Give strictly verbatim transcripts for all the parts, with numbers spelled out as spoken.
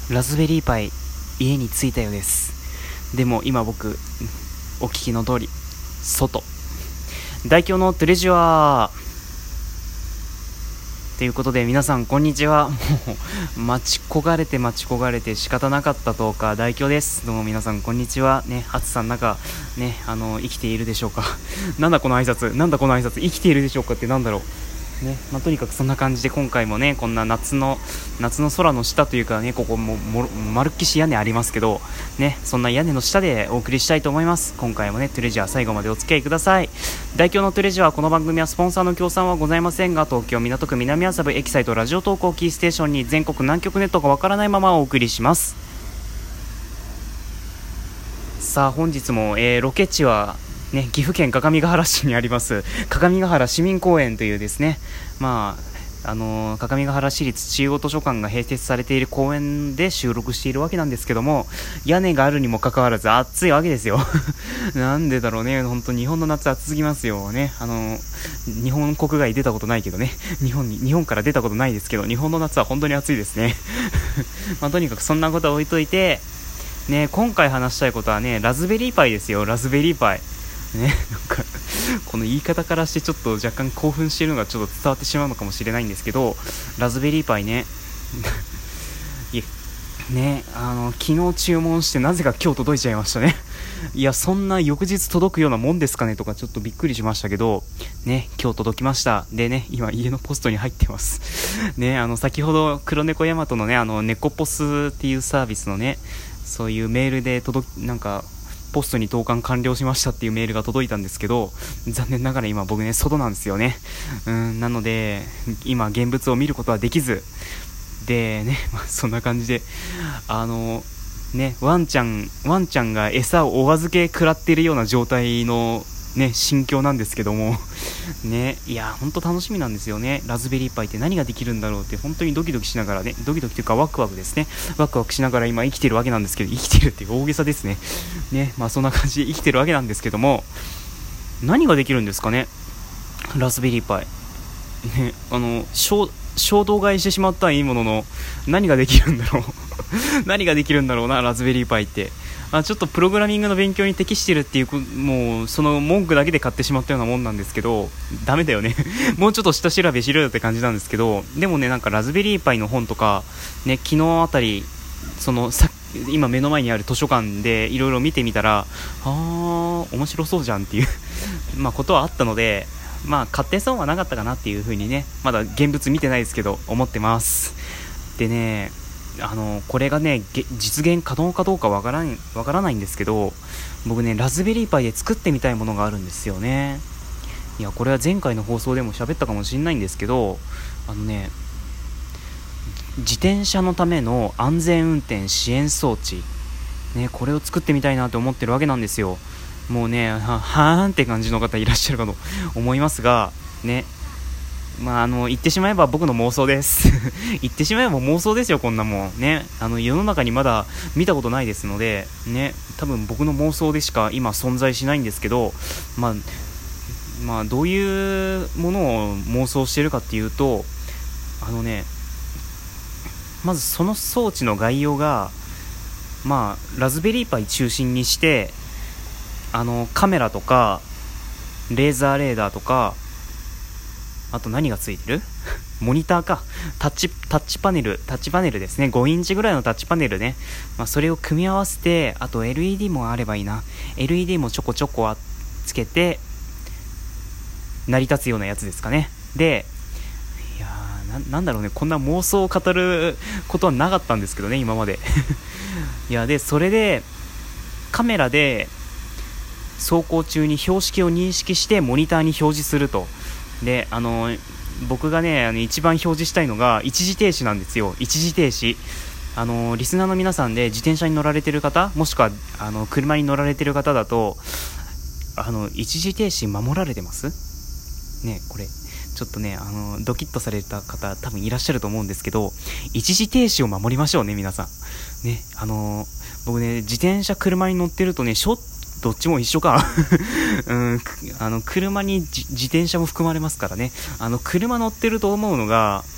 ラズベリーパイ家に着いたようです。でも今僕お聞きの通り外大凶のトレジュアーということで、皆さんこんにちは。もう待ち焦がれて待ち焦がれて仕方なかったとか大凶です。どうも皆さんこんにちはね。暑さの中ね、あの生きているでしょうか。なんだこの挨拶なんだこの挨拶生きているでしょうかってなんだろうね。まあ、とにかくそんな感じで今回もね、こんな夏の夏の空の下というかね、ここももまるっきし屋根ありますけどね、そんな屋根の下でお送りしたいと思います。今回もねトレジャー最後までお付き合いください。大凶のトレジャー、この番組はスポンサーの協賛はございませんが、東京港区南麻布エキサイトラジオ投稿キーステーションに全国南極ネットがわからないままお送りします。さあ本日も、えー、ロケ地はね、岐阜県各務原市にあります各務原市民公園というですね、まああのー、各務原市立中央図書館が併設されている公園で収録しているわけなんですけども、屋根があるにもかかわらず暑いわけですよ。なんでだろうね、本当日本の夏暑すぎますよね。あのー、日本国外出たことないけどね、日本に日本から出たことないですけど、日本の夏は本当に暑いですね。まあ、とにかくそんなことは置いといてね、今回話したいことはね、ラズベリーパイですよ。ラズベリーパイね、なんかこの言い方からしてちょっと若干興奮しているのがちょっと伝わってしまうのかもしれないんですけど、ラズベリーパイねいね、あの昨日注文してなぜか今日届いちゃいましたね。いや、そんな翌日届くようなもんですかねとかちょっとびっくりしましたけどね、今日届きました。でね、今家のポストに入ってますね。あの先ほど黒猫ヤマトのね、あの猫ポスっていうサービスのね、そういうメールで届きなんかポストに投函完了しましたっていうメールが届いたんですけど、残念ながら今僕ね外なんですよね。うんなので今現物を見ることはできずでね、まあ、そんな感じであのねワンちゃんワンちゃんが餌をお預け食らっているような状態のね心境なんですけどもね、いや本当楽しみなんですよね。ラズベリーパイって何ができるんだろうって本当にドキドキしながらね、ドキドキというかワクワクですね、ワクワクしながら今生きてるわけなんですけど、生きてるっていう大げさですね。ね、まあそんな感じで生きてるわけなんですけども、何ができるんですかね、ラズベリーパイね。あの衝衝動買いしてしまったはいいものの、何ができるんだろう何ができるんだろうな、ラズベリーパイって。あちょっとプログラミングの勉強に適してるっていう、もうその文句だけで買ってしまったようなもんなんですけど、ダメだよねもうちょっと下調べしろよって感じなんですけど、でもね、なんかラズベリーパイの本とかね、昨日あたりそのさ今目の前にある図書館でいろいろ見てみたら、あー面白そうじゃんっていうまあことはあったので、まあ買って損はなかったかなっていう風にね、まだ現物見てないですけど思ってます。でね、あのこれがね実現可能かどうかわからんわからないんですけど、僕ねラズベリーパイで作ってみたいものがあるんですよね。いやこれは前回の放送でも喋ったかもしれないんですけど、あのね自転車のための安全運転支援装置ね、これを作ってみたいなと思ってるわけなんですよ。もうねははーんって感じの方いらっしゃるかと思いますがね、まあ、あの言ってしまえば僕の妄想です言ってしまえば妄想ですよ、こんなもんね。あの世の中にまだ見たことないですのでね、多分僕の妄想でしか今存在しないんですけど、まあ、まあどういうものを妄想してるかっていうと、あのねまずその装置の概要が、まあラズベリーパイ中心にして、あのカメラとかレーザーレーダーとか、あと何がついてるモニターか、タッチタッチパネルタッチパネルですね、ごインチぐらいのタッチパネルね、まあ、それを組み合わせて、あと エルイーディー もあればいいな、 エルイーディー もちょこちょこつけて成り立つようなやつですかね。でいやー な, なんだろうね、こんな妄想を語ることはなかったんですけどね今までいやでそれでカメラで走行中に標識を認識してモニターに表示すると。であの僕がねあの一番表示したいのが一時停止なんですよ。一時停止、あのリスナーの皆さんで自転車に乗られてる方、もしくはあの車に乗られてる方だと、あの一時停止守られてますね。これちょっとねあのドキッとされた方多分いらっしゃると思うんですけど、一時停止を守りましょうね皆さんね。あの僕ね自転車車に乗ってるとねしょどっちも一緒か、うん、あの車に自転車も含まれますからね。あの車乗ってると思うのが、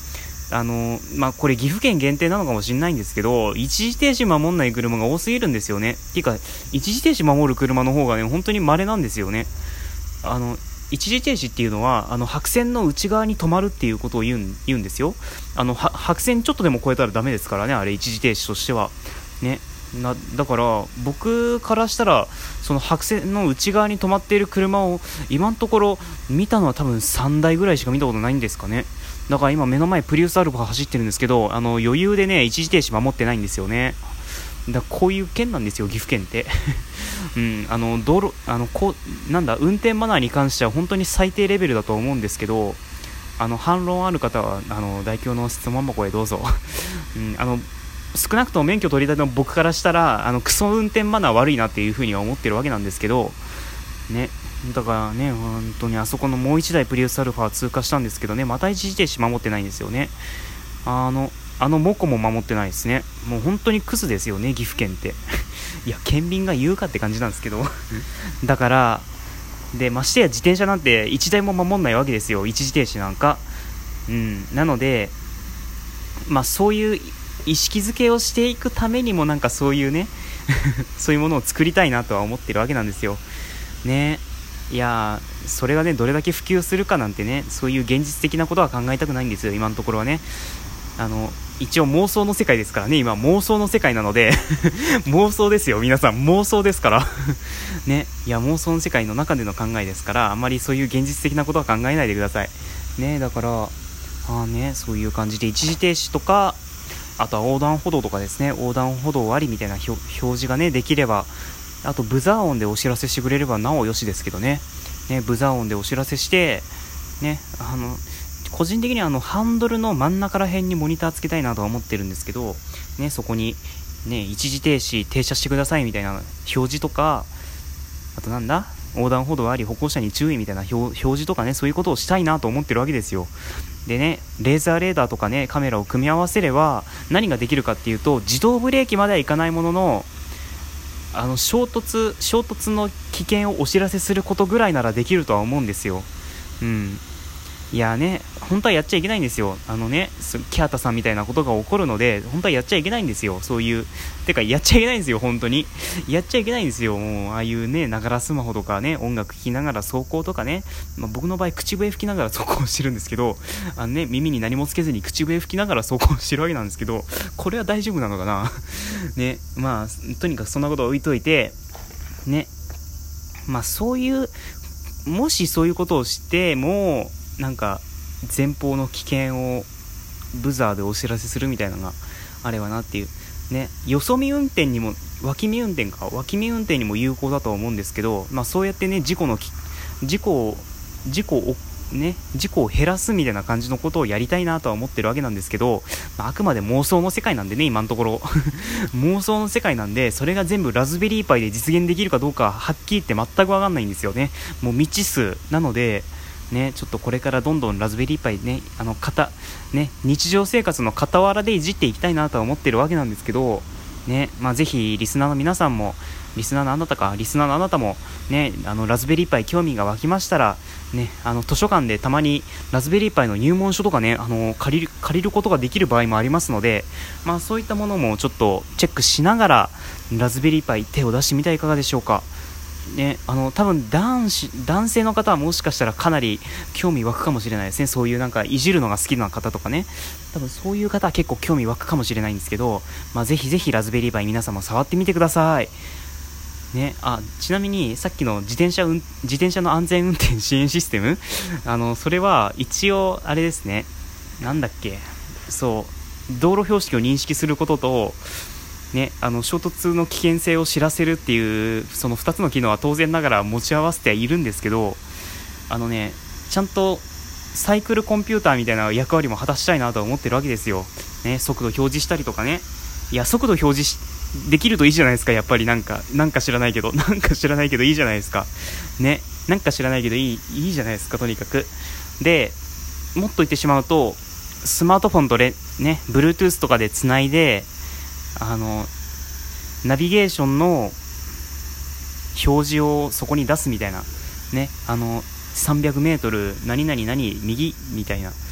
あのまあこれ岐阜県限定なのかもしれないんですけど、一時停止守んない車が多すぎるんですよね。っていうか一時停止守る車の方がね本当に稀なんですよね。あの一時停止っていうのはあの白線の内側に止まるっていうことを言うん、言うんですよ。あのは白線ちょっとでも越えたらダメですからね、あれ一時停止としてはね。なだから僕からしたらその白線の内側に止まっている車を今のところ見たのは多分さんだいぐらいしか見たことないんですかね。だから今目の前プリウスアルファ走ってるんですけど、あの余裕でね一時停止守ってないんですよね。だこういう県なんですよ岐阜県ってうん、あの道路あのこうなんだ運転マナーに関しては本当に最低レベルだと思うんですけど、あの反論ある方はあの代表の質問箱へどうぞ、うん、あの少なくとも免許取り立ての僕からしたらあのクソ運転マナー悪いなっていう風には思ってるわけなんですけどね。だからね本当にあそこのもう一台プリウスアルファ通過したんですけどね、また一時停止守ってないんですよね。あのあのモコも守ってないですね。もう本当にクズですよね岐阜県っていや県民が言うかって感じなんですけどだからでましてや自転車なんて一台も守んないわけですよ、一時停止なんか。うんなのでまあそういう意識づけをしていくためにもなんかそういうねそういうものを作りたいなとは思ってるわけなんですよね。いやそれがねどれだけ普及するかなんてね、そういう現実的なことは考えたくないんですよ今のところはね。あの一応妄想の世界ですからね、今妄想の世界なので妄想ですよ皆さん、妄想ですからね。いや妄想の世界の中での考えですから、あんまりそういう現実的なことは考えないでくださいね。だからあーねそういう感じで一時停止とか、あとは横断歩道とかですね、横断歩道ありみたいな表示がねできれば、あとブザー音でお知らせしてくれればなおよしですけどね。ねブザー音でお知らせしてね、あの個人的にはあのハンドルの真ん中ら辺にモニターつけたいなとは思ってるんですけどね、そこにね一時停止停車してくださいみたいな表示とか、あとなんだ横断歩道あり歩行者に注意みたいな表表示とかね、そういうことをしたいなと思ってるわけですよ。でねレーザーレーダーとかねカメラを組み合わせれば何ができるかっていうと、自動ブレーキまではいかないもののあの衝突衝突の危険をお知らせすることぐらいならできるとは思うんですよ。うんいやね本当はやっちゃいけないんですよ。あのねキャータさんみたいなことが起こるので本当はやっちゃいけないんですよ。そういうてかやっちゃいけないんですよ本当にやっちゃいけないんですよ。もうああいうねながらスマホとかね音楽聴きながら走行とかね、まあ、僕の場合口笛吹きながら走行してるんですけど、あのね耳に何もつけずに口笛吹きながら走行してるわけなんですけど、これは大丈夫なのかなねまあとにかくそんなことを置いといてね、まあそういうもしそういうことをしてもなんか前方の危険をブザーでお知らせするみたいなのがあればなっていうね。よそ見運転にも脇見運転か脇見運転にも有効だとは思うんですけど、まあそうやってね事故の事故を事故をね事故を減らすみたいな感じのことをやりたいなとは思ってるわけなんですけど、まあ、あくまで妄想の世界なんでね今のところ妄想の世界なんで、それが全部ラズベリーパイで実現できるかどうかはっきり言って全く分かんないんですよね。もう未知数なのでね、ちょっとこれからどんどんラズベリーパイねあの型ね日常生活の傍らでいじっていきたいなとは思ってるわけなんですけどね、まあぜひリスナーの皆さんもリスナーのあなたかリスナーのあなたもねあのラズベリーパイ興味が湧きましたらね、あの図書館でたまにラズベリーパイの入門書とかねあの借りる借りることができる場合もありますので、まあそういったものもちょっとチェックしながらラズベリーパイ手を出してみてはいかがでしょうかね。あの多分男子男性の方はもしかしたらかなり興味湧くかもしれないですね。そういうなんかいじるのが好きな方とかね、多分そういう方は結構興味湧くかもしれないんですけど、まあ、ぜひぜひラズベリーパイ皆さんも触ってみてくださいね。あちなみにさっきの自転車、自転車の安全運転支援システムあのそれは一応あれですね、なんだっけそう道路標識を認識することとね、あの衝突の危険性を知らせるっていうそのふたつの機能は当然ながら持ち合わせてはいるんですけど、あのねちゃんとサイクルコンピューターみたいな役割も果たしたいなと思ってるわけですよ、ね、速度表示したりとかね。いや速度表示しできるといいじゃないですか。やっぱりなんかなんか知らないけどなんか知らないけどいいじゃないですかね。なんか知らないけどいいいいじゃないですかとにかく。でもっと言ってしまうとスマートフォンとレね Bluetooth とかでつないであのナビゲーションの表示をそこに出すみたいなね、あのさんびゃくメートル何々何右みたいな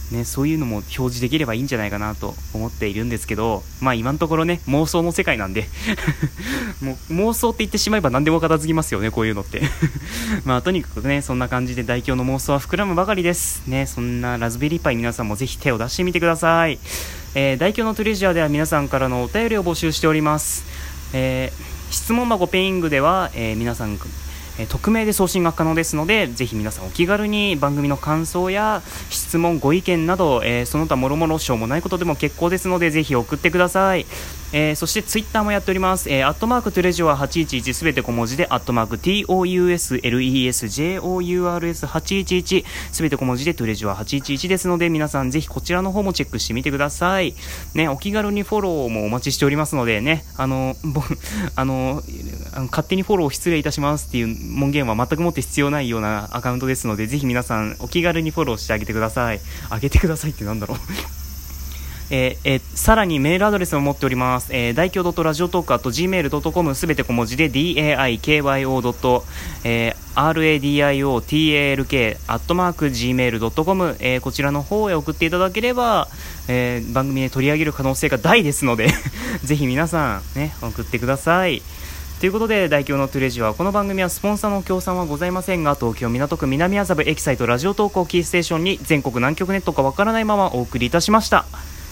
ね、そういうのも表示できればいいんじゃないかなと思っているんですけど、まあ今のところね、妄想の世界なんでもう妄想って言ってしまえば何でも片付きますよね、こういうのってまあとにかくね、そんな感じで大凶の妄想は膨らむばかりですね。そんなラズベリーパイ、皆さんもぜひ手を出してみてください。えー、大凶のトレジャーでは皆さんからのお便りを募集しております。えー、質問箱ペイングでは、えー、皆さん匿名で送信が可能ですので、ぜひ皆さんお気軽に番組の感想や質問ご意見など、えー、その他もろもろしょうもないことでも結構ですので、ぜひ送ってください。えー、そしてツイッターもやっております。えー、アットマークトレジョアはちいちいち、すべて小文字でアットマーク トレジョアはちいちいち、すべて小文字でトレジョアはちいちいちですので、皆さんぜひこちらの方もチェックしてみてくださいね。お気軽にフォローもお待ちしておりますのでね、あの僕あのあの勝手にフォロー失礼いたしますっていう門限は全くもって必要ないようなアカウントですので、ぜひ皆さんお気軽にフォローしてあげてください。あげてくださいってなんだろうえーえー、さらにメールアドレスを持っております。えー、大京 .ラジオトーク アット ジーメール ドット コム すべて小文字で ダイキョー アールエーディーアイオー タルク アットマーク ジーメール ドット コム、えー、こちらの方へ送っていただければ、えー、番組で取り上げる可能性が大ですのでぜひ皆さん、ね、送ってください。ということで、大京のトレジはこの番組はスポンサーの協賛はございませんが、東京港区南麻布エキサイトラジオ投稿キーステーションに全国南極ネットかわからないままお送りいたしました。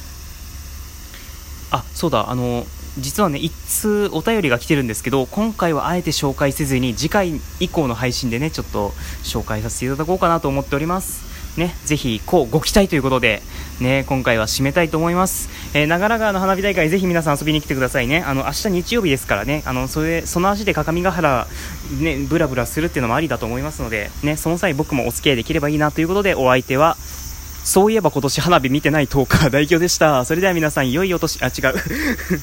あ、そうだ、あの実はね、一通お便りが来てるんですけど、今回はあえて紹介せずに次回以降の配信でね、ちょっと紹介させていただこうかなと思っておりますね。ぜひこうご期待ということでね、今回は締めたいと思います。えー、長良川の花火大会、ぜひ皆さん遊びに来てくださいね。あの明日日曜日ですからね、あのそれその足で各務原ねブラブラするっていうのもありだと思いますのでね、その際僕もお付き合いできればいいなということで、お相手はそういえば今年花火見てないトーカー大京でした。それでは皆さん、良いお年、あ、違う